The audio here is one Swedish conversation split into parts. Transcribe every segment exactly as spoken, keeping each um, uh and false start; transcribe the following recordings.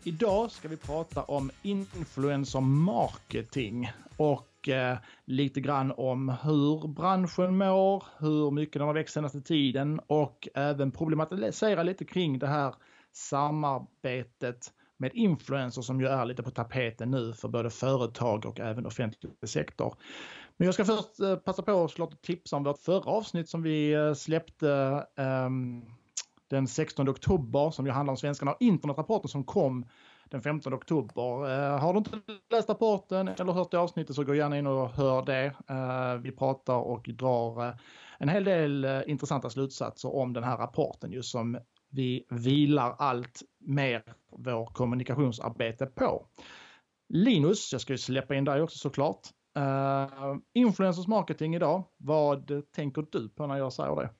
Idag ska vi prata om influencer marketing och eh, lite grann om hur branschen mår, hur mycket den har växt senaste tiden och även problematisera lite kring det här samarbetet med influencers som ju är lite på tapeten nu för både företag och även offentlig sektor. Men jag ska först eh, passa på att slå tipsa om vårt förra avsnitt som vi eh, släppte eh, den sextonde oktober som ju handlar om svenskarna och internetrapporten som kom den femtonde oktober. Eh, har du inte läst rapporten eller hört det avsnittet så gå gärna in och hör det. Eh, vi pratar och drar eh, en hel del eh, intressanta slutsatser om den här rapporten just som vi vilar allt mer vår kommunikationsarbete på. Linus, jag ska ju släppa in dig också såklart. Uh, influencers marketing idag, vad tänker du på när jag säger det?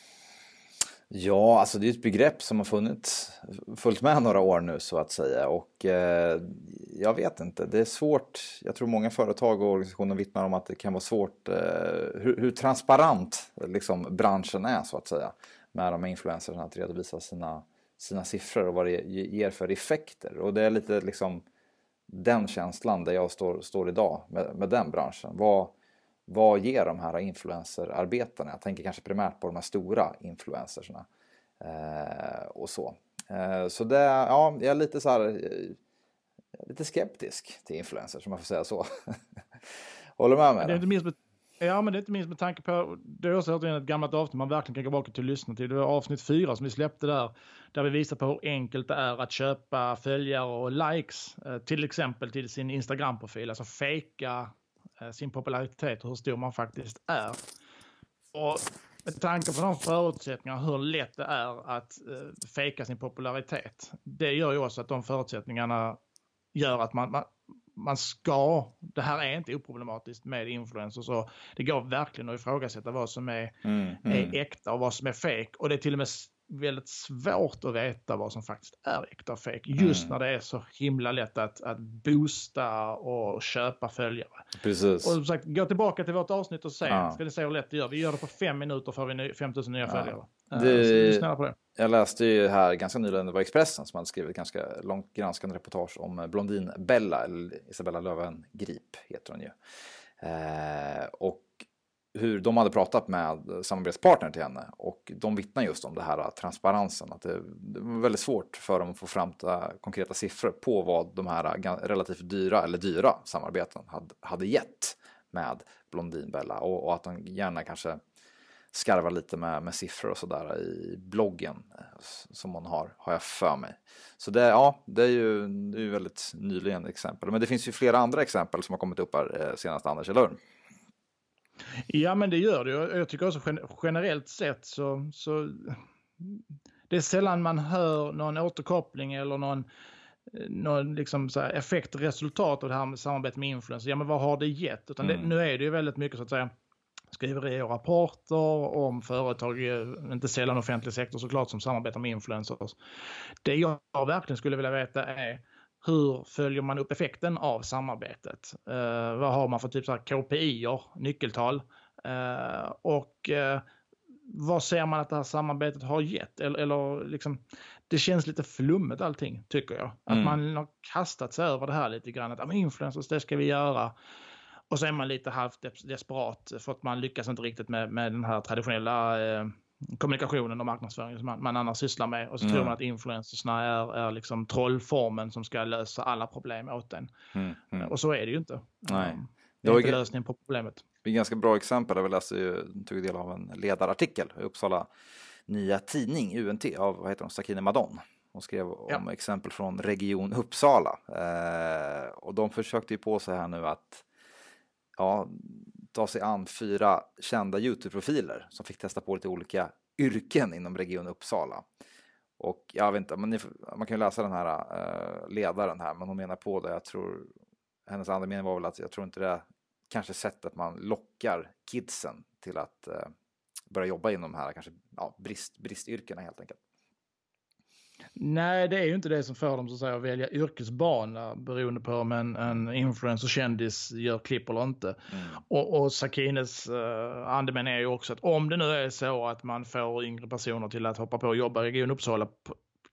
Ja, alltså det är ett begrepp som har funnits fullt med några år nu så att säga och eh, jag vet inte, det är svårt, jag tror många företag och organisationer vittnar om att det kan vara svårt eh, hur, hur transparent liksom branschen är så att säga med de här influencerna att redovisa sina, sina siffror och vad det ger för effekter och det är lite liksom den känslan där jag står, står idag med, med den branschen. Vad, vad ger de här influencerarbetarna? Jag tänker kanske primärt på de här stora influencerserna eh, och så. Eh, så det, ja, jag är lite så här, eh, lite skeptisk till influencers, som man får säga så. Håller med mig? Det är inte minst med, ja, men det är inte minst med tanke på, det är också ett gammalt avsnitt man verkligen kan gå bak till och lyssna till. Det var avsnitt fyra som vi släppte där, där vi visar på hur enkelt det är att köpa följare och likes, eh, till exempel till sin Instagram-profil, alltså fejka sin popularitet och hur stor man faktiskt är. Och med tanke på de förutsättningar hur lätt det är att eh, fejka sin popularitet. Det gör ju också att de förutsättningarna gör att man, man, man ska, det här är inte oproblematiskt med influencers så det går verkligen att ifrågasätta vad som är, mm, mm. är äkta och vad som är fake. Och det är till och med väldigt svårt att veta vad som faktiskt är äkta och fake. Just mm. när det är så himla lätt att, att boosta och köpa följare. Precis. Och som sagt, gå tillbaka till vårt avsnitt och se. Ja. Ska ni se hur lätt det gör. Vi gör det på fem minuter för vi fem tusen nya ja. följare. Det, så snälla på det. Jag läste ju här ganska nyligen, det var Expressen som hade skrivit ett ganska långt granskande reportage om Blondin Bella, eller Isabella Löwengrip heter hon ju. Eh, och hur de hade pratat med samarbetspartner till henne och de vittnar just om det här transparensen, att det, det var väldigt svårt för dem att få fram konkreta siffror på vad de här relativt dyra eller dyra samarbeten hade, hade gett med Blondin Bella och, och att de gärna kanske skarvar lite med, med siffror och sådär i bloggen som hon har, har jag för mig. Så det, ja, det är ju, det är ju väldigt nyligen exempel, men det finns ju flera andra exempel som har kommit upp här senast, Anders, eller hur? Ja, men det gör det. Jag tycker också generellt sett så, så det är sällan man hör någon återkoppling eller någon, någon liksom så här effekt, resultat av det här med samarbete med influencers. Ja, men vad har det gett? Utan mm. det, nu är det ju väldigt mycket så att säga skriverier och rapporter om företag, inte sällan offentlig sektor såklart, som samarbetar med influencers. Det jag verkligen skulle vilja veta är hur följer man upp effekten av samarbetet? Uh, vad har man för typ så här K P I-er, nyckeltal? Uh, och uh, vad ser man att det här samarbetet har gett? Eller, eller liksom, det känns lite flummet allting, tycker jag. Att mm. man har kastat sig över det här lite grann. Att influencers, det ska vi göra. Och så är man lite halvt desperat för att man lyckas inte riktigt med, med den här traditionella uh, kommunikationen och marknadsföringen som man, man annars sysslar med. Och så mm. tror man att influencersna är, är liksom trollformen som ska lösa alla problem åt den. Mm. Mm. Och så är det ju inte. Nej. Det är inte lösningen på problemet. Det är ett ganska bra exempel. Jag läste ju, tog del av en ledarartikel i Uppsala Nya Tidning, U N T, av vad heter hon, Sakine Madon. Hon skrev om ja. exempel från Region Uppsala. Eh, och de försökte ju på sig här nu att ja, ta sig an fyra kända YouTube-profiler som fick testa på lite olika yrken inom Region Uppsala. Och jag vet inte, man, man kan ju läsa den här uh, ledaren här, men hon menar på det, jag tror, hennes andra mening var väl att jag tror inte det är kanske sättet man lockar kidsen till att uh, börja jobba inom de här kanske ja, brist, bristyrkena helt enkelt. Nej, det är ju inte det som får dem så att säga, att välja yrkesbana beroende på om en, en influencer-kändis gör klipp eller inte. Mm. Och, och Sakines uh, andemen är ju också att om det nu är så att man får yngre personer till att hoppa på och jobba i Region Uppsala p-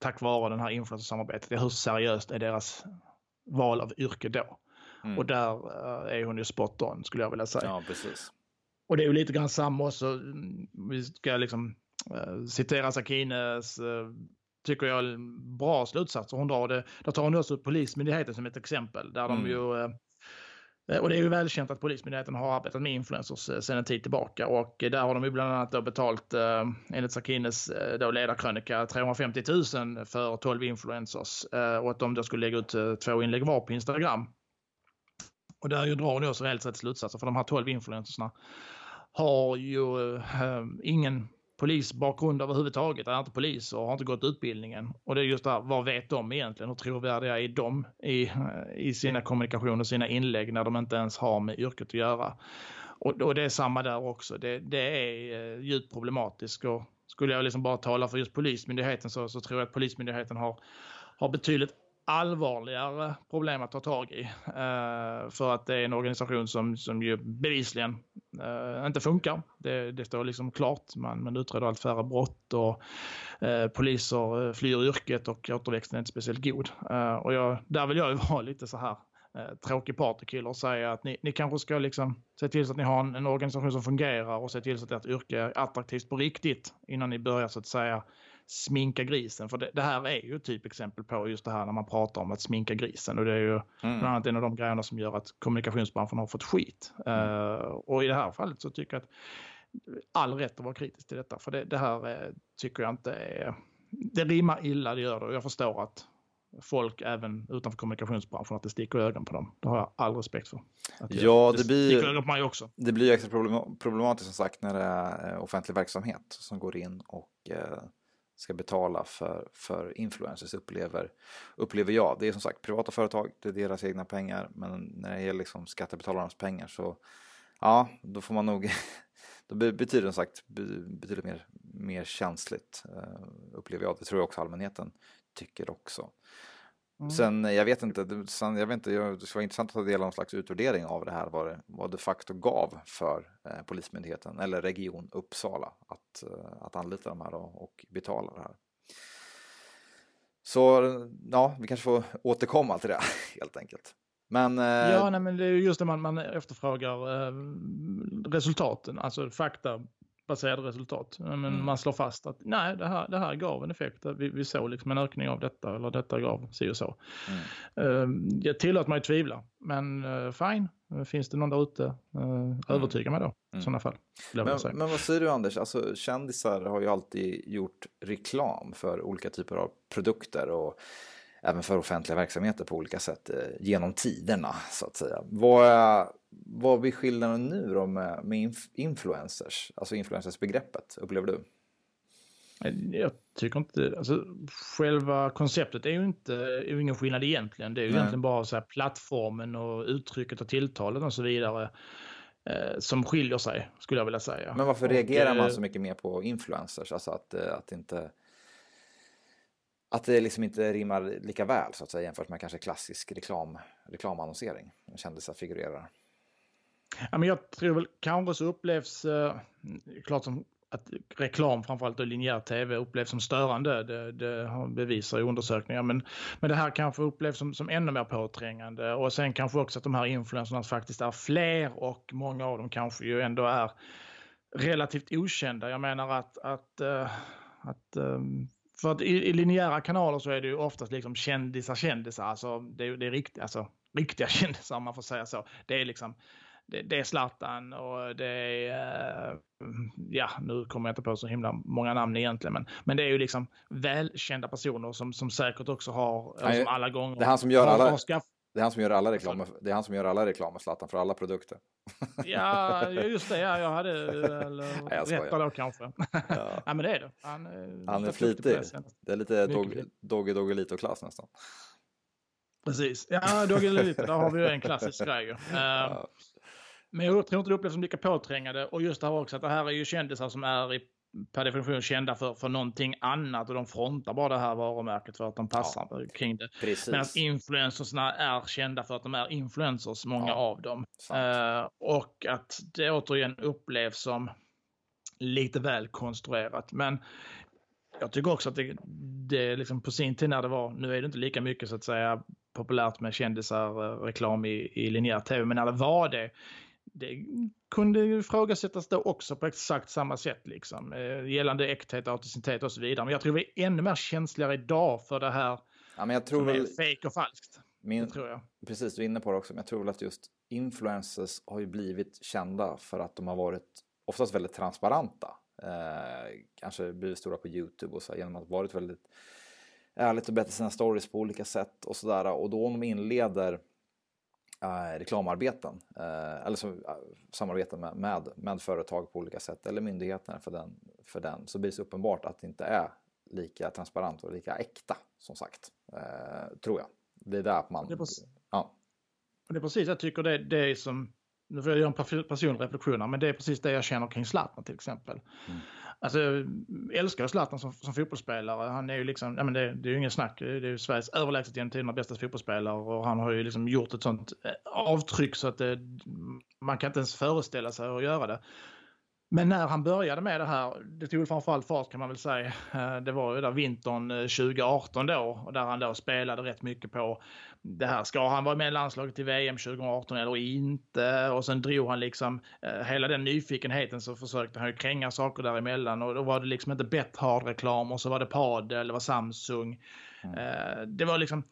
tack vare den här influencersamarbetet. Hur seriöst är deras val av yrke då? Mm. Och där uh, är hon ju spot on, skulle jag vilja säga. Ja, precis. Och det är ju lite grann samma också. Vi ska liksom uh, citera Sakines, uh, tycker jag, bra slutsatser hon drar. Det, där tar hon också Polismyndigheten som ett exempel. Där mm. de ju... Uh, Och det är ju välkänt att Polismyndigheten har arbetat med influencers sedan en tid tillbaka. Och där har de ju bland annat då betalt, eh, enligt Sakines eh, då ledarkrönika, trehundrafemtio tusen för tolv influencers. Eh, och att de då skulle lägga ut eh, två inlägg var på Instagram. Och där ju drar hon också reellt sett slutsatser. För de här tolv influencersna har ju eh, ingen polisbakgrund överhuvudtaget, är inte polis och har inte gått utbildningen. Och det är just det här, vad vet de egentligen? Hur trovärdiga är de i, i sina kommunikationer, sina inlägg när de inte ens har med yrket att göra? Och, och det är samma där också. Det, det är eh, djupt problematiskt. Och skulle jag liksom bara tala för just Polismyndigheten så, så tror jag att Polismyndigheten har, har betydligt allvarligare problem att ta tag i. Uh, för att det är en organisation som, som ju bevisligen uh, inte funkar. Det, det står liksom klart. Man, man utreder allt färre brott och uh, poliser flyr yrket och återväxten är inte speciellt god. Uh, och jag, där vill jag ju vara lite så här uh, tråkig partykiller och säga att ni, ni kanske ska liksom se till så att ni har en, en organisation som fungerar och se till så att ert yrke är attraktivt på riktigt innan ni börjar så att säga sminka grisen. För det, det här är ju typ exempel på just det här när man pratar om att sminka grisen. Och det är ju mm. bland annat en av de grejerna som gör att kommunikationsbranschen har fått skit. Mm. Uh, och i det här fallet så tycker jag att all rätt att vara kritisk till detta. För det, det här uh, tycker jag inte är... Det rimmar illa, det gör det. Och jag förstår att folk även utanför kommunikationsbranschen att det sticker ögon på dem. Det har jag all respekt för. Att ja, det, det blir, ögon på mig också. Det blir ju extra problematiskt som sagt när det är offentlig verksamhet som går in och uh... ska betala för, för influencers upplever, upplever jag. Det är som sagt privata företag, det är deras egna pengar, men när det gäller liksom skattebetalarnas pengar så ja, då får man nog då betyder det som sagt betydligt mer, mer känsligt uh, upplever jag. Det tror jag också allmänheten tycker också. Mm. Sen, jag vet inte, sen, jag vet inte, det skulle vara intressant att ta del av någon slags utvärdering av det här, vad det, vad det facto gav för eh, Polismyndigheten eller Region Uppsala att, eh, att anlita de här och, och betala det här. Så ja, vi kanske får återkomma till det helt enkelt. Men, eh, ja, nej, men det är ju just det man, man efterfrågar eh, resultaten, alltså fakta baserade resultat. Men mm. man slår fast att nej, det här, det här gav en effekt. Vi, vi såg liksom en ökning av detta eller detta gav si och så. Mm. Uh, jag tillåter mig att tvivla. Men uh, fine, finns det någon där ute? Uh, övertyga mig då mm. i sådana fall. Men, men vad säger du Anders? Alltså, kändisar har ju alltid gjort reklam för olika typer av produkter och även för offentliga verksamheter på olika sätt eh, genom tiderna så att säga. Vad, är, vad blir skillnaden nu då med, med inf- influencers? Alltså influencersbegreppet, upplever du? Jag tycker inte, alltså själva konceptet är ju inte är ju ingen skillnad egentligen. Det är ju Nej. egentligen bara så här plattformen och uttrycket och tilltalet och så vidare eh, som skiljer sig, skulle jag vilja säga. Men varför och, reagerar man så mycket mer på influencers? Alltså att, att inte... Att det liksom inte rimmar lika väl så att säga jämfört med kanske klassisk reklam, reklamannonsering. Kändisar figurerar. Ja, men jag tror väl kanske så upplevs eh, klart som att reklam framförallt och linjär tv upplevs som störande. Det, det bevisar ju undersökningar. Men, men det här kanske upplevs som, som ännu mer påträngande. Och sen kanske också att de här influencerna faktiskt är fler och många av dem kanske ju ändå är relativt okända. Jag menar att, att, uh, att um, för att i, i linjära kanaler så är det ju oftast liksom kändisar kändisar. Alltså det, det är rikt, alltså, riktiga kändisar om man får säga så. Det är liksom det, det är Zlatan och det är uh, ja, nu kommer jag inte på så himla många namn egentligen, men, men det är ju liksom välkända personer som, som säkert också har Nej, som alla gånger det är han som gör alla skaff- det är han som gör alla reklamer det är han som gör alla reklamer Zlatan för alla produkter. Ja, just det. Ja, jag hade eller, Nej, jag rätta då kanske. Ja. Ja, men det är det. Han, han är flitig. Det, det är lite dog, Doggy Doggelito-klass nästan. Precis. Ja, Doggelito, där har vi ju en klassisk grej. Uh, ja. Men jag tror inte det upplevs som lika påträngande. Och just det här också, att det här är ju kändisar som är i, per definition kända för, för någonting annat. Och de frontar bara det här varumärket för att de passar ja. kring det. Precis. Medan influencersna är kända för att de är influencers, många ja. av dem. Uh, och att det återigen upplevs som lite väl konstruerat. Men Jag tycker också att det, det är liksom på sin tid när det var, nu är det inte lika mycket så att säga populärt med kändisar, reklam i, i linjär tv, men när det var det, det kunde ifrågasättas då också på exakt samma sätt liksom, eh, gällande äkthet, autenticitet och så vidare. Men jag tror vi är ännu mer känsligare idag för det här ja, men jag tror som väl, är fake och falskt. min, det tror jag. Precis, du är inne på det också, men jag tror väl att just influencers har ju blivit kända för att de har varit oftast väldigt transparenta. Eh, kanske blivit stora på YouTube och så, genom att ha varit väldigt ärligt och berättat sina stories på olika sätt och sådär. Och då om de inleder eh, reklamarbeten eh, eller så, eh, samarbeten med, med, med företag på olika sätt eller myndigheter för den, för den, så blir det så uppenbart att det inte är lika transparent och lika äkta, som sagt, eh, tror jag. Det är där man... Det är precis, ja. det är precis jag tycker det, det är som, nu får jag göra en personreflektion, men det är precis det jag känner kring Zlatan till exempel. Mm. Alltså jag älskar Zlatan som, som fotbollsspelare. Han är ju liksom, ja men det, det är ju ingen snack, det är ju Sveriges överlägset genom tiderna bästa fotbollsspelare, och han har ju liksom gjort ett sånt avtryck så att det, man kan inte ens föreställa sig att göra det. Men när han började med det här, det tog framförallt fart kan man väl säga, det var ju där vintern tjugo arton då, och där han då spelade rätt mycket på det här, ska han vara med i landslaget i V M tjugo arton eller inte, och sen drog han liksom hela den nyfikenheten, så försökte han ju kränga saker däremellan, och då var det liksom inte Bethard-reklam, och så var det Padel, det var Samsung, mm. det var liksom,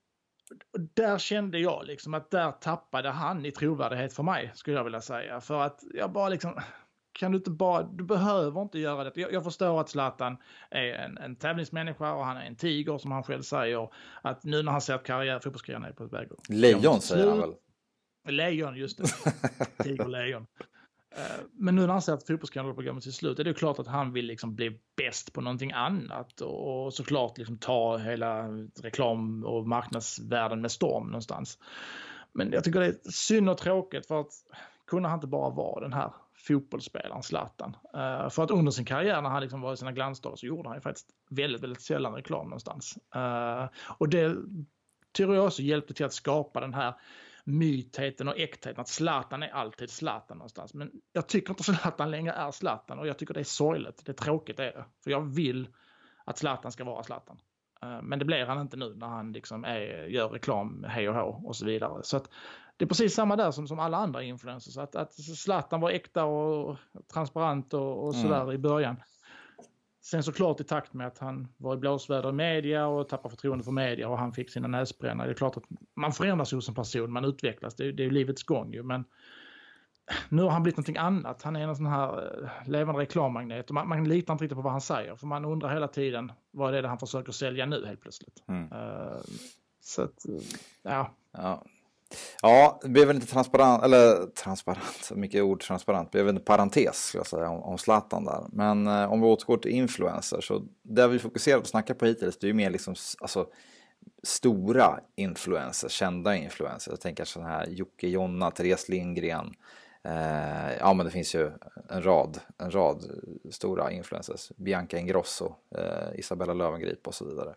där kände jag liksom att där tappade han i trovärdighet för mig, skulle jag vilja säga, för att jag bara liksom, kan du inte bara, du behöver inte göra det. Jag, jag förstår att Zlatan är en, en tävlingsmänniska och han är en tiger som han själv säger, att nu när han ser att karriär, fotbollskarriären är på väg. Lejon säger han väl? Lejon, just det. Tiger, lejon. Men nu när han ser att fotbollskarriären är på väg till slut, är det klart att han vill liksom bli bäst på någonting annat, och såklart liksom ta hela reklam- och marknadsvärlden med storm någonstans. Men jag tycker det är synd och tråkigt, för att kunde han inte bara vara den här fotbollsspelaren Zlatan. Uh, för att under sin karriär när han liksom var i sina glansdagar, så gjorde han ju faktiskt väldigt, väldigt sällan reklam någonstans. Uh, och det tror jag också hjälpte till att skapa den här mytheten och äktheten att Zlatan är alltid Zlatan någonstans. Men jag tycker inte Zlatan längre är Zlatan, och jag tycker det är sorgligt. Det är tråkigt det är det. För jag vill att Zlatan ska vara Zlatan. Uh, men det blir han inte nu när han liksom är, gör reklam hej och hå och så vidare. Så att det är precis samma där som, som alla andra influencers. Att, att Zlatan var äkta och transparent och, och sådär mm. i början. Sen såklart i takt med att han var i blåsväder i media och tappade förtroende för media och han fick sina näsbränna. Det är klart att man förändras ju som person, man utvecklas. Det är, det är ju livets gång ju. Men nu har han blivit någonting annat. Han är en sån här levande reklammagnet. Och man, man litar inte riktigt på vad han säger. För man undrar hela tiden vad är det han försöker sälja nu helt plötsligt. Mm. Uh, så att, ja. Ja. Ja, det blev väl inte transparent, eller transparent, mycket ord transparent, det blev en parentes skulle jag säga om, om Zlatan där. Men eh, om vi återgår till influencers, så där vi fokuserar på att snacka på hittills, det är ju mer liksom, alltså, stora influencers, kända influencers. Jag tänker sån här Jocke Jonna, Therese Lindgren, eh, ja men det finns ju en rad, en rad stora influencers, Bianca Ingrosso, eh, Isabella Löwengrip och så vidare.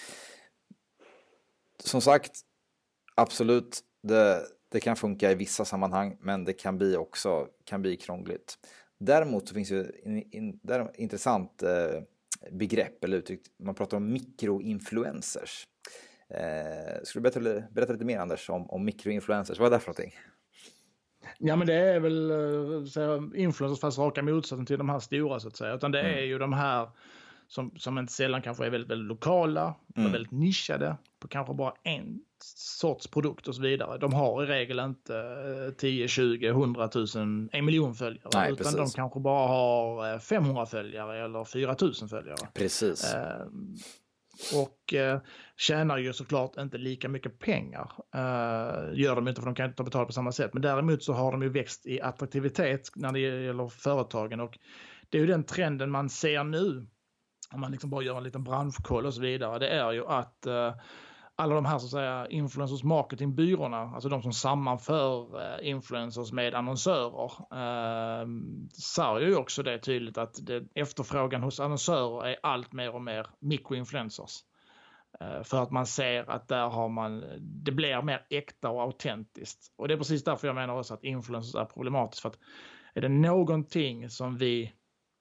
Som sagt, absolut, Det, det kan funka i vissa sammanhang, men det kan bli också kan bli krångligt. Däremot så finns ju en in, där, intressant eh, begrepp eller uttryck. Man pratar om mikroinfluencers. Eh, skulle du berätta, berätta lite mer, Anders, om, om mikroinfluencers? Vad är det för någonting? Ja, men det är väl så, influencers fast raka motsatsen till de här stora så att säga. Utan det är mm. ju de här som, som inte sällan kanske är väldigt, väldigt lokala, mm. väldigt nischade på kanske bara en sorts produkt och så vidare. De har i regel inte tio, tjugo, hundra tusen, en miljon följare. Nej, utan precis. De kanske bara har femhundra följare eller fyra tusen följare. Precis. Eh, och eh, tjänar ju såklart inte lika mycket pengar. Eh, gör de inte, för de kan inte ta betalt på samma sätt. Men däremot så har de ju växt i attraktivitet när det gäller företagen. Och det är ju den trenden man ser nu. Om man liksom bara gör en liten branschkoll och så vidare. Det är ju att eh, alla de här så att säga influencers marketingbyråerna, alltså de som sammanför eh, influencers med annonsörer, eh, sa ju också det tydligt att det, efterfrågan hos annonsörer är allt mer och mer mikroinfluencers. Eh, för att man ser att där har man, det blir mer äkta och autentiskt. Och det är precis därför jag menar också att influencers är problematiskt. För att är det någonting som vi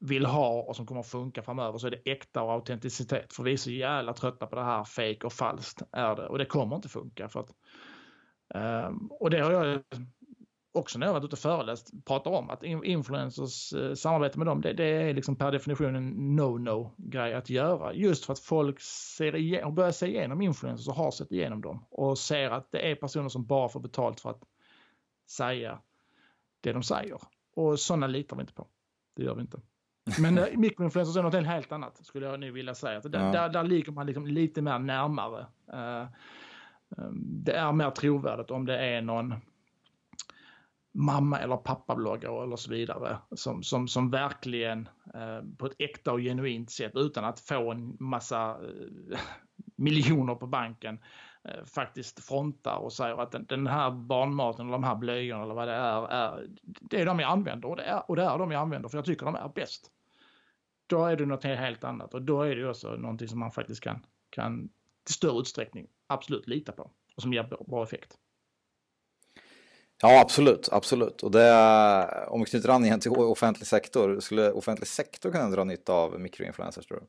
vill ha och som kommer att funka framöver, så är det äkta och autenticitet. För vi är så jävla trötta på det här fake och falskt är det. Och det kommer inte funka. För att, um, och det har jag också när jag varit ute och föreläst pratar om. Att influencers eh, samarbete med dem, det, det är liksom per definition en no-no-grej att göra. Just för att folk ser igenom, börjar se igenom influencers och har sett igenom dem. Och ser att det är personer som bara får betalt för att säga det de säger. Och sådana litar vi inte på. Det gör vi inte. Men äh, mikroinfluencers är något helt annat, skulle jag nu vilja säga. Att där, ja. där, där ligger man liksom lite mer närmare. Uh, um, det är mer trovärdigt om det är någon mamma eller pappabloggare eller så vidare som, som, som verkligen uh, på ett äkta och genuint sätt utan att få en massa uh, miljoner på banken uh, faktiskt frontar och säger att den, den här barnmaten eller de här blöjorna eller vad det är, är det är de jag använder och det är, och det är de jag använder för jag tycker de är bäst. Då är det något helt annat och då är det också någonting som man faktiskt kan, kan till större utsträckning absolut lita på och som ger bra effekt. Ja, absolut, absolut. Och det, om vi knyter an igen till offentlig sektor, skulle offentlig sektor kunna dra nytta av mikroinfluencers, tror du?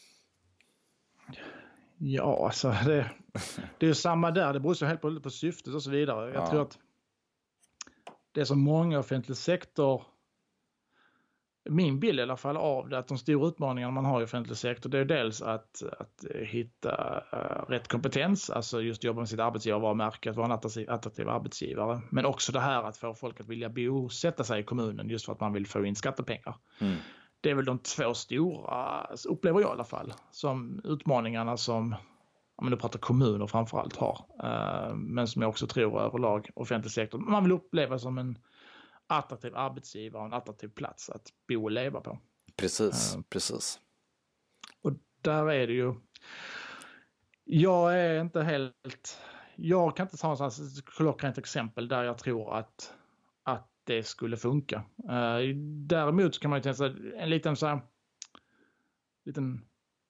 Ja, alltså det, det är ju samma där. Det beror så helt på, på syftet och så vidare. Jag ja. tror att det är så många offentlig sektor, min bild i alla fall av det, att de stora utmaningarna man har i offentlig sektor, det är dels att, att hitta uh, rätt kompetens, alltså just jobba med sitt arbetsgivarvarumärke, att vara en attraktiv, attraktiv arbetsgivare, men också det här att få folk att vilja bosätta sig i kommunen just för att man vill få in skattepengar. Mm. Det är väl de två stora, upplever jag i alla fall, som utmaningarna som, om man nu pratar kommuner framförallt har, uh, men som jag också tror överlag offentlig sektor, man vill uppleva som en attraktiv arbetsgivare och en attraktiv plats att bo och leva på. Precis, uh, precis. Och där är det ju, jag är inte helt, jag kan inte ta ett klockrent exempel där jag tror att, att det skulle funka. Uh, däremot kan man ju tänka sig en liten så här, liten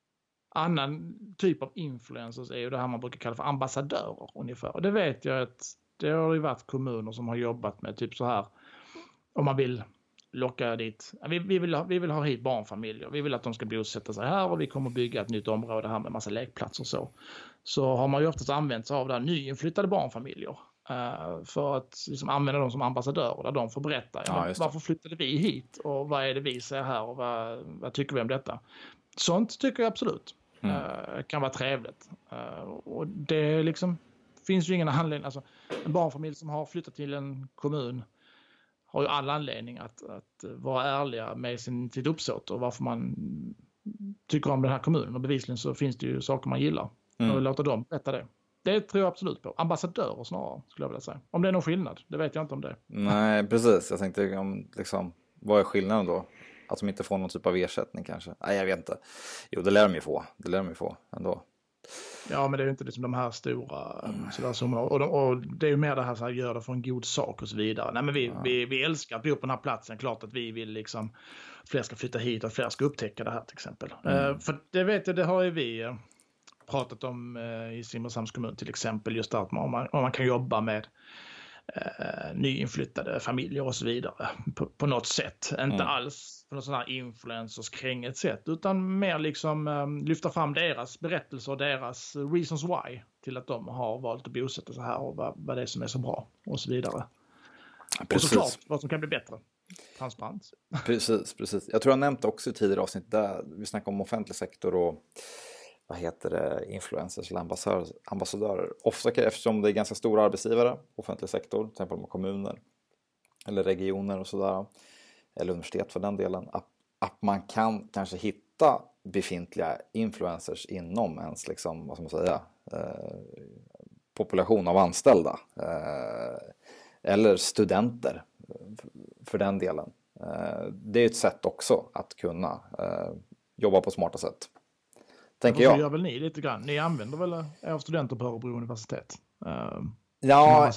annan typ av influencers är ju det här man brukar kalla för ambassadörer ungefär. Och det vet jag att det har ju varit kommuner som har jobbat med typ så här, om man vill locka dit, vi, vi, vill ha, vi vill ha hit barnfamiljer, vi vill att de ska bosätta sig här och vi kommer bygga ett nytt område här med massa lekplatser och så. Så har man ju oftast använt sig av det här nyinflyttade barnfamiljer uh, för att liksom använda dem som ambassadörer där de får berätta, ja, ja, varför flyttade vi hit och vad är det vi ser här och vad, vad tycker vi om detta. Sånt tycker jag absolut mm. uh, kan vara trevligt. Uh, och det liksom finns ju ingen anledning, alltså en barnfamilj som har flyttat till en kommun har ju alla anledning att, att vara ärliga med sin, sitt uppsåt och varför man tycker om den här kommunen. Och bevisligen så finns det ju saker man gillar. Mm. Och låta dem berätta det. Det tror jag absolut på. Ambassadörer snarare, skulle jag vilja säga. Om det är någon skillnad, det vet jag inte om det. Nej, precis. Jag tänkte om, liksom, vad är skillnaden då? Att de inte får någon typ av ersättning kanske? Nej, jag vet inte. Jo, det lär de ju få. Det lär de ju få ändå. Ja, men det är ju inte liksom de här stora mm. sådär summorna. Och, de, och det är ju mer det här så här, gör det för en god sak och så vidare. Nej, men vi, ja. vi, vi älskar att bo på den här platsen. Klart att vi vill liksom fler ska flytta hit och fler ska upptäcka det här till exempel. Mm. Uh, för det vet jag, det har ju vi uh, pratat om uh, i Simrishamns kommun till exempel. Just att man, om, man, om man kan jobba med uh, nyinflyttade familjer och så vidare på, på något sätt. Mm. Inte alls på något sån här influencers kring ett sätt, utan mer liksom um, lyfta fram deras berättelser och deras reasons why till att de har valt att bosätta sig här och vad, vad det är som är så bra och så vidare. Precis. Och såklart vad som kan bli bättre. Transparens. Precis, precis. Jag tror jag nämnt också i tidigare avsnitt där vi snackar om offentlig sektor och vad heter det, influencers eller ambassadörer. ambassadörer. Ofta eftersom det är ganska stora arbetsgivare, offentlig sektor, till exempel med kommuner eller regioner och sådär, eller universitet för den delen, att, att man kan kanske hitta befintliga influencers inom ens liksom, vad ska man säga, eh, population av anställda eh, eller studenter för den delen. Eh, det är ett sätt också att kunna eh, jobba på smarta sätt. Tänker jag. Det gör väl ni lite grann. Ni använder väl er studenter på Örebro universitet? Eh, ja,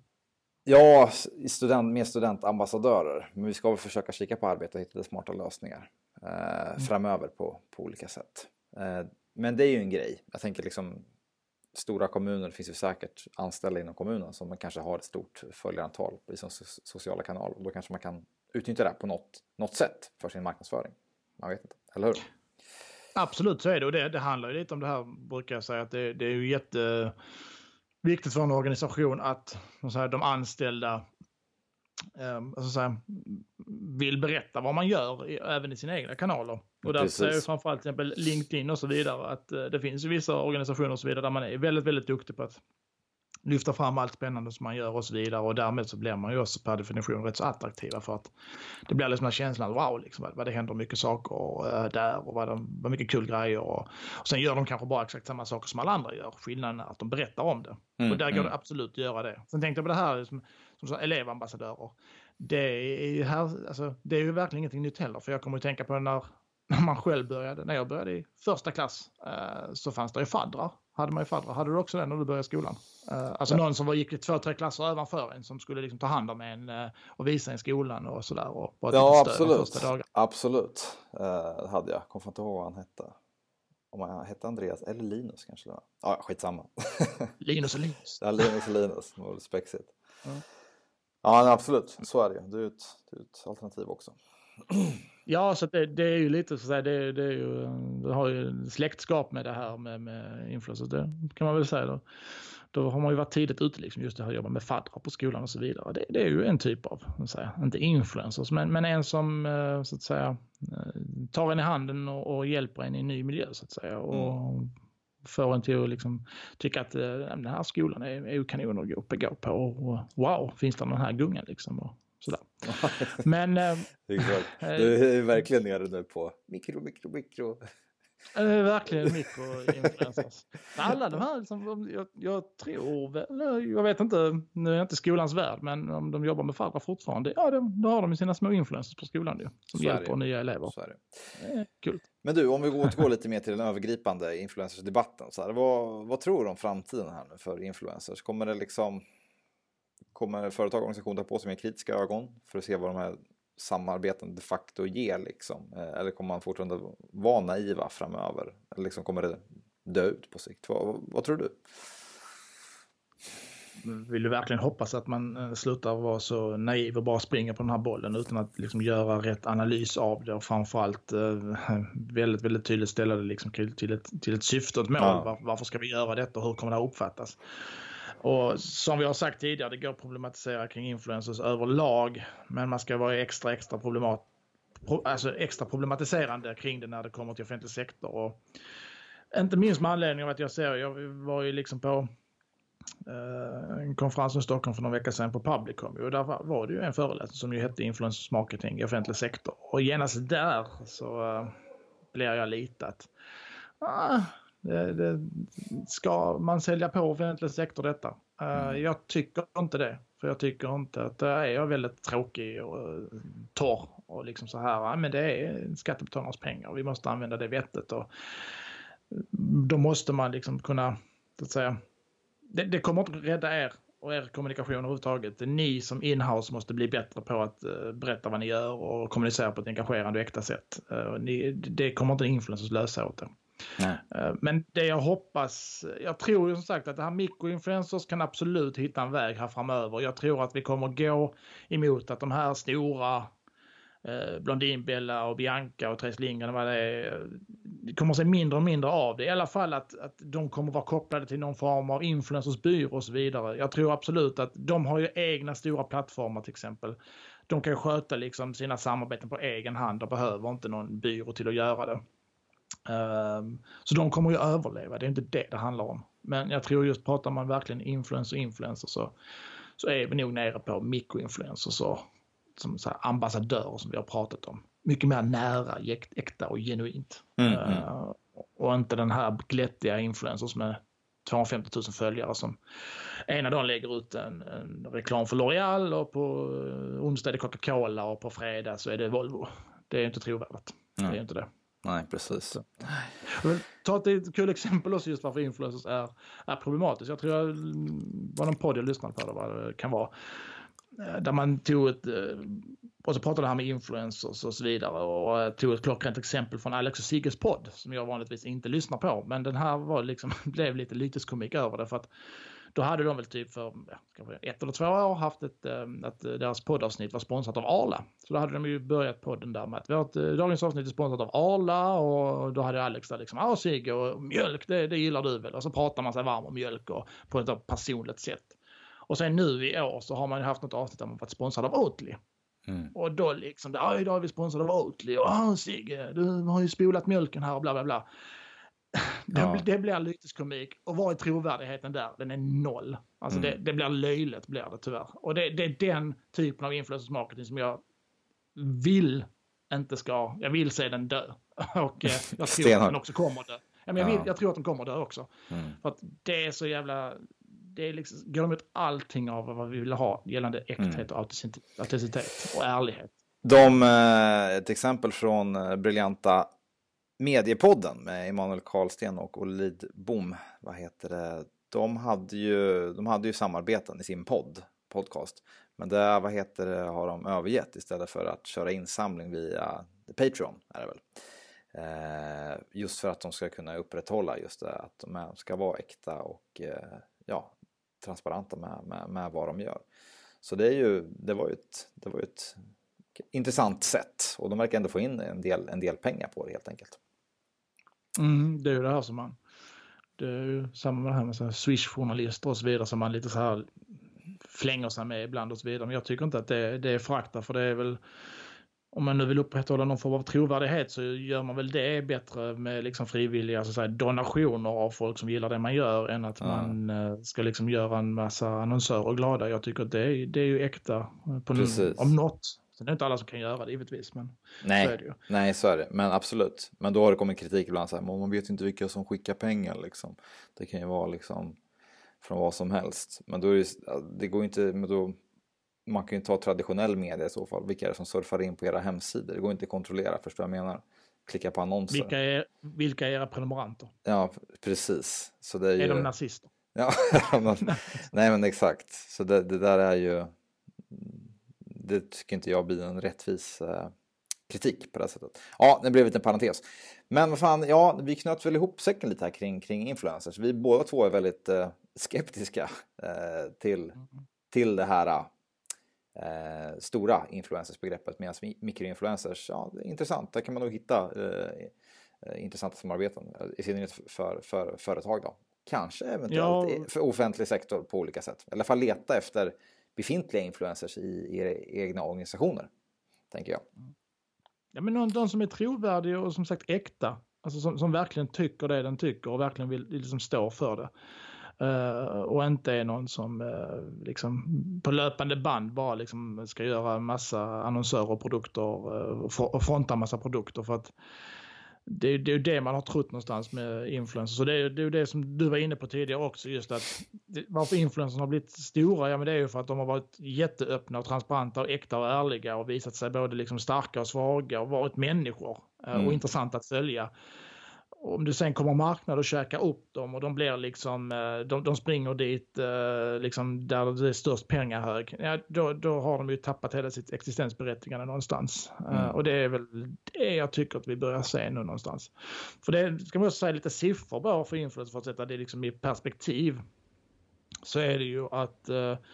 ja student, med studentambassadörer. Men vi ska väl försöka kika på arbete och hitta smarta lösningar eh, mm. framöver på, på olika sätt. Eh, men det är ju en grej. Jag tänker liksom stora kommuner, det finns ju säkert anställda inom kommunen som kanske har ett stort följarantal i sin sociala kanal. Och då kanske man kan utnyttja det på något, något sätt för sin marknadsföring. Jag vet inte, eller hur? Absolut, så är det. Och det, det handlar ju lite om det här, brukar jag säga, att det, det är ju jätteviktigt för en organisation att så här, de anställda eh, alltså så här, vill berätta vad man gör i, även i sina egna kanaler. Och där säger framförallt till exempel LinkedIn och så vidare att eh, det finns ju vissa organisationer och så vidare där man är väldigt, väldigt duktig på att lyfta fram allt spännande som man gör och så vidare, och därmed så blir man ju också per definition rätt så attraktiva, för att det blir liksom den här känslan wow, liksom, vad det händer mycket saker och, äh, där och vad, de, vad mycket kul grejer och, och sen gör de kanske bara exakt samma saker som alla andra gör. Skillnaden är att de berättar om det mm, och där går mm. det absolut att göra det. Sen tänkte jag på det här som, som så elevambassadörer. Det är ju här, alltså, det är ju verkligen ingenting nytt heller, för jag kommer att tänka på när, när man själv började, när jag började i första klass äh, så fanns det ju faddrar. Hade man ju faddrar. Hade du också det när du började skolan? Uh, alltså ja. Någon som var, gick två, tre klasser ovanför en som skulle liksom ta hand om en uh, och visa en skolan och sådär. Och ja, absolut. Absolut. Uh, hade jag. Kommer inte ihåg vad han hette. Om han hette Andreas eller Linus kanske. Ja, ah, skitsamma. Linus och Linus. Ja, Linus och Linus. Det var spexigt. Mm. Ja, absolut. Så är det ju. Du är ett, du är ett alternativ också. Ja, så det, det är ju lite så att det, det är ju, det har ju släktskap med det här med, med influencers, det kan man väl säga då. Då har man ju varit tidigt ute liksom, just det här jobba med faddrar på skolan och så vidare. Det, det är ju en typ av, så att säga, inte influencers, men, men en som så att säga tar en i handen och, och hjälper en i en ny miljö så att säga, och mm. får en till att liksom tycka att den här skolan är, är ju kanon att gå upp och gå på, och wow, finns det den här gungan liksom, och sådär. Men äh, du är verkligen nere nu på mikro, mikro, mikro. Äh, verkligen mikroinfluencers. Alla de här, liksom, jag, jag tror väl, jag vet inte, nu är jag inte skolans värld, men om de jobbar med faddrar fortfarande, ja, de, då har de sina små influencers på skolan ju, som så hjälper nya elever. Så är det. Det är kul. Men du, om vi återgår lite mer till den övergripande influencersdebatten, så här, vad, vad tror du om framtiden här nu för influencers? Kommer det liksom Kommer företag och organisationer ta på sig med kritiska ögon för att se vad de här samarbeten de facto ger liksom? Eller kommer man fortfarande vara naiva framöver? Eller liksom kommer det dö ut på sikt? Vad, vad tror du? Vill du verkligen hoppas att man slutar vara så naiv och bara springer på den här bollen utan att liksom göra rätt analys av det, och framförallt eh, väldigt, väldigt tydligt ställa det liksom till, ett, till ett syfte och ett mål. Ja. Var, varför ska vi göra detta och hur kommer det att uppfattas? Och som vi har sagt tidigare, det går att problematisera kring influencers överlag, men man ska vara extra extra problemat, alltså extra problematiserande kring det när det kommer till offentlig sektor. Och inte minst med anledning av att jag ser, jag var ju liksom på eh, en konferens i Stockholm för några veckor sedan på Publicom, och där var, var det ju en föreläsning som ju hette Influencers marketing i offentlig sektor, och genast där så eh, blir jag lite att ah, Det, det, ska man sälja på offentlig sektor detta? Mm. Uh, jag tycker inte det. För jag tycker inte att det är väldigt tråkig och uh, torr och liksom så här. Uh, men det är skattebetalarnas pengar. Vi måste använda det vettet. Och då måste man liksom kunna, så att säga, det, det kommer inte rädda er och er kommunikation överhuvudtaget. Ni som inhouse måste bli bättre på att uh, berätta vad ni gör och kommunicera på ett engagerande och äkta sätt. Uh, ni, det kommer inte influencers lösa åt det. Nej. Men det jag hoppas, jag tror ju som sagt att det här mikroinfluencers kan absolut hitta en väg här framöver. Jag tror att vi kommer gå emot att de här stora eh, Blondinbella och Bianca och Therese Lindgren och vad det är, det kommer att se mindre och mindre av det. I alla fall att, att de kommer vara kopplade till någon form av influencersbyrå och så vidare. Jag tror absolut att de har ju egna stora plattformar till exempel. De kan ju sköta liksom sina samarbeten på egen hand och behöver inte någon byrå till att göra det. Um, så de kommer ju överleva, det är inte det det handlar om. Men jag tror just, pratar man verkligen influencer influencer så, så är vi nog nere på mikroinfluencers så, som så här ambassadörer som vi har pratat om. Mycket mer nära, äkta och genuint. Mm, uh, mm. Och inte den här glättiga influencers med tvåhundrafemtio tusen följare som ena dagen lägger ut en, en reklam för L'Oreal och på onsdag är det Coca-Cola och på fredag så är det Volvo. Det är inte trovärdigt. Mm. Det är inte det. Nej, precis. Jag vill ta ett kul exempel också just varför influencers är, är problematiskt. Jag tror jag var någon podd jag lyssnade på det, vad det kan vara. Där man tog ett, och så pratade det här med influencers och så vidare, och tog ett klockrent exempel från Alex och Sigges podd som jag vanligtvis inte lyssnar på. Men den här var liksom, blev lite lyteskomik över det, för att Då hade de väl typ för ja, ett eller två år haft ett, att deras poddavsnitt var sponsrat av Arla. Så då hade de ju börjat podden där med att vårt dagens avsnitt är sponsrat av Arla, och då hade Alex där liksom, ja Sigge, och mjölk, det, det gillar du väl? Och så pratar man sig varm om mjölk och på ett personligt sätt. Och sen nu i år så har man ju haft något avsnitt där man varit sponsrad av Oatly. Mm. Och då liksom, ja idag är vi sponsrade av Oatly, och ah, Sigge, du har ju spolat mjölken här och bla bla bla. Det, ja. det blir lyteskomik, och vad är trovärdigheten där? Den är noll. Alltså mm. det, det blir löjligt, blir det tyvärr. Och det, det är den typen av influencers marketing som jag vill inte ska, jag vill se den dö. Och eh, jag tror att den också kommer dö. Ja, men jag, vill, ja. jag tror att den kommer dö också. Mm. För att det är så jävla, det är liksom, går emot allting av vad vi vill ha gällande äkthet mm. och autenticitet och ärlighet. De, ett exempel från briljanta Mediepodden med Emanuel Karlsten och Olid Bom, vad heter det? De hade ju, de hade ju samarbeten i sin podd, podcast. Men det, vad heter det, har de övergett istället för att köra insamling via Patreon, är det väl. Eh, just för att de ska kunna upprätthålla just det, att de ska vara äkta och eh, ja, transparenta med, med, med vad de gör. Så det är ju, det var ju ett, det var ju ett intressant sätt, och de verkar ändå få in en del, en del pengar på det helt enkelt. Mm, det är ju det här som man, det är ju samma med det här med så här Swish-journalister och så vidare som man lite så här flänger sig med ibland och så vidare. Men jag tycker inte att det, det är frakta, för det är väl, om man nu vill upprätthålla någon form av trovärdighet, så gör man väl det bättre med liksom frivilliga så att säga, donationer av folk som gillar det man gör, än att mm. man ska liksom göra en massa annonsörer glada. Jag tycker att det är, det är ju äkta på nu, om något. Sen är det inte alla som kan göra det givetvis, men nej, så är det ju. Nej, så är det. Men absolut. Men då har det kommit kritik ibland så här, man vet inte vilka som skickar pengar liksom. Det kan ju vara liksom från vad som helst. Men då är det, det går inte, men då, man kan ju ta traditionell media i så fall. Vilka är det som surfar in på era hemsidor? Det går inte att kontrollera, förstår jag menar. Klicka på annonser. Vilka är, vilka är era prenumeranter? Ja, precis. Så det är, är ju... de nazister? Ja, nej men exakt. Så det, det där är ju, det tycker inte jag blir en rättvis eh, kritik på det sättet. Ja, det blev en parentes. Men vad fan, ja, vi knöt väl ihop säcken lite här kring, kring influencers. Vi båda två är väldigt eh, skeptiska eh, till, till det här eh, stora influencersbegreppet, medan mikroinfluencers, ja, det är intressant. Där kan man nog hitta eh, intressanta samarbeten, i synnerhet för, för, för företag då. Kanske eventuellt ja. för offentlig sektor på olika sätt. I alla fall leta efter befintliga influencers i era egna organisationer, tänker jag. Ja, men någon, de som är trovärdiga och som sagt äkta. Alltså som, som verkligen tycker det den tycker och verkligen vill liksom stå för det. Uh, och inte är någon som uh, liksom på löpande band bara liksom ska göra massa annonsörer och produkter uh, och fronta massa produkter, för att det är ju det man har trott någonstans med influencers. Så det är ju det som du var inne på tidigare också, just att det, varför influencers har blivit stora, ja men det är ju för att de har varit jätteöppna och transparenta och äkta och ärliga och visat sig både liksom starka och svaga och varit människor mm. och intressant att följa. Om du sen kommer marknad och käkar upp dem och de blir liksom, de, de springer dit liksom där det är störst pengahög, ja, då, då har de ju tappat hela sitt existensberättigande någonstans. Mm. Och det är väl det jag tycker att vi börjar se nu någonstans. För det ska man också säga lite siffror bara för influencer för att sätta det liksom i perspektiv. Så är det ju att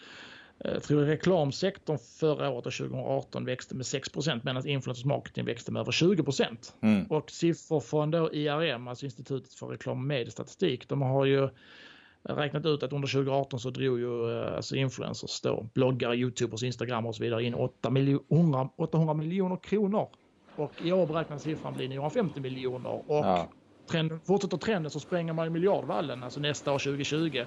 jag tror reklamsektorn förra året och tjugo arton växte med sex procent, medan influencer marketing växte med över tjugo procent. Mm. Och siffror från då I R M, alltså Institutet för reklam och mediestatistik, de har ju räknat ut att under tjugo arton så drog ju alltså influencers då, bloggare, youtubers, instagram och så vidare in åttahundra miljoner kronor. Och i år beräknas siffran bli niohundrafemtio miljoner. Och ja. trend, fortsätter trenden så spränger man ju miljardvallen, alltså nästa år tjugo tjugo.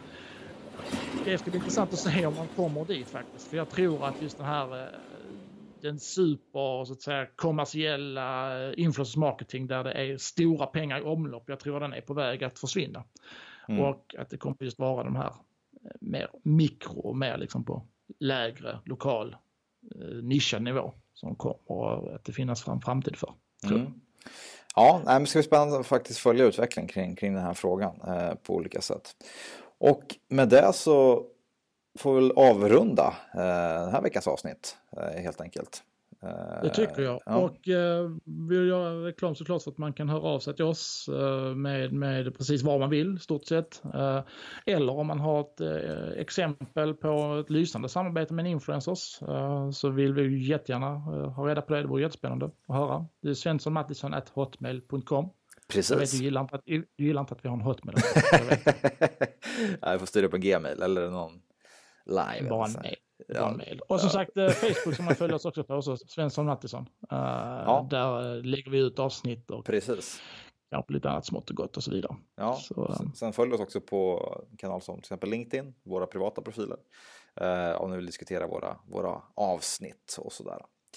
Det ska bli intressant att se om man kommer dit faktiskt. För jag tror att just den här den super så att säga kommersiella influencer marketing där det är stora pengar i omlopp, jag tror den är på väg att försvinna. Mm. Och att det kommer just vara de här mer mikro och mer liksom på lägre lokal nischad nivå som kommer att det finnas fram framtid för. Tror mm. Ja, det ska bli spännande att faktiskt följa utvecklingen kring, kring den här frågan eh, på olika sätt. Och med det så får vi väl avrunda eh, den här veckans avsnitt eh, helt enkelt. Det tycker jag. Ja. Och eh, vill göra reklam såklart för att man kan höra av sig till oss eh, med, med precis vad man vill, stort sett. Eh, eller om man har ett eh, exempel på ett lysande samarbete med en influencers eh, så vill vi ju jättegärna eh, ha reda på det. Det vore jättespännande att höra. Det är svensson mattisson at hotmail punkt com. Precis. Jag vet, du gillar inte att, du gillar inte att vi har en hotmail. Jag får styra på Gmail eller någon live. Bara en mail. Ja. Mail. Och som ja. sagt, Facebook som man följer oss också på, också Svensson Mattisson. Uh, ja. Där uh, lägger vi ut avsnitt och precis. Kanske lite annat smått och gott och så vidare. Ja. Så, um... Sen följer oss också på kanaler som till exempel LinkedIn, våra privata profiler. Uh, om ni vill diskutera våra, våra avsnitt och sådär.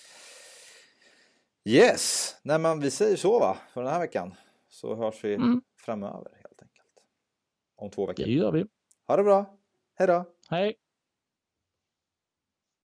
Yes, nej men vi säger så va, för den här veckan. Så hörs vi mm. framöver helt enkelt. Om två veckor. Det gör vi. Ha det bra. Hej då. Hej.